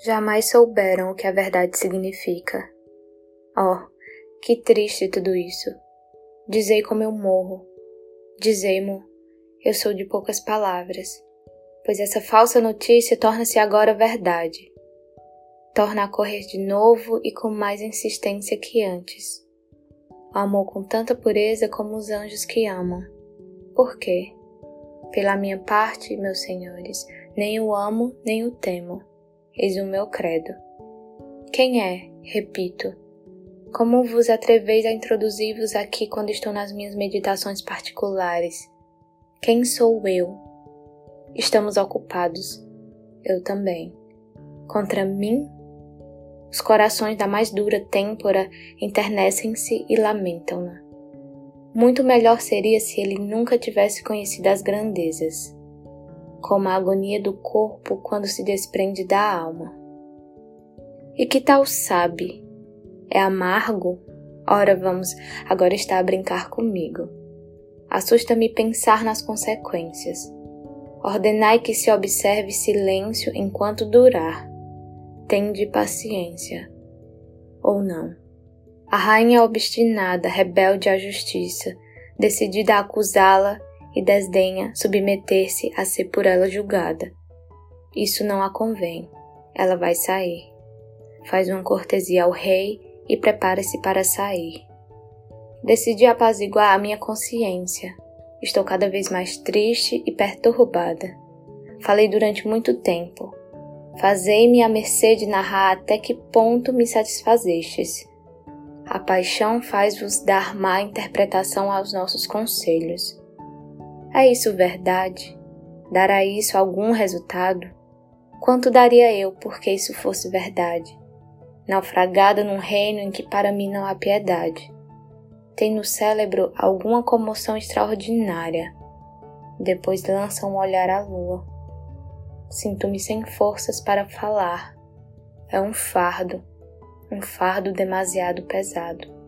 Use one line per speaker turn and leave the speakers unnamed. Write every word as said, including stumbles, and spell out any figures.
jamais souberam o que a verdade significa. Oh, que triste tudo isso. Dizei como eu morro. Dizei-mo, eu sou de poucas palavras, pois essa falsa notícia torna-se agora verdade. Torna a correr de novo e com mais insistência que antes. Amou com tanta pureza como os anjos que amam. Por quê? Pela minha parte, meus senhores, nem o amo, nem o temo. Eis o meu credo. Quem é, repito, como vos atreveis a introduzir-vos aqui quando estou nas minhas meditações particulares? Quem sou eu? Estamos ocupados. Eu também. Contra mim? Os corações da mais dura têmpora enternecem-se e lamentam-na. Muito melhor seria se ele nunca tivesse conhecido as grandezas, como a agonia do corpo quando se desprende da alma. E que tal sabe? É amargo? Ora vamos, agora está a brincar comigo. Assusta-me pensar nas consequências. Ordenai que se observe silêncio enquanto durar. Tende paciência. Ou não. A rainha obstinada, rebelde à justiça, decidida a acusá-la e desdenha submeter-se a ser por ela julgada. Isso não a convém. Ela vai sair. Faz uma cortesia ao rei e prepara-se para sair. Decidi apaziguar a minha consciência. Estou cada vez mais triste e perturbada. Falei durante muito tempo. Fazei-me a mercê de narrar até que ponto me satisfazestes. A paixão faz-vos dar má interpretação aos nossos conselhos. É isso verdade? Dará isso algum resultado? Quanto daria eu porque isso fosse verdade? Naufragada num reino em que para mim não há piedade. Tem no cérebro alguma comoção extraordinária. Depois lança um olhar à lua. Sinto-me sem forças para falar. É um fardo, um fardo demasiado pesado.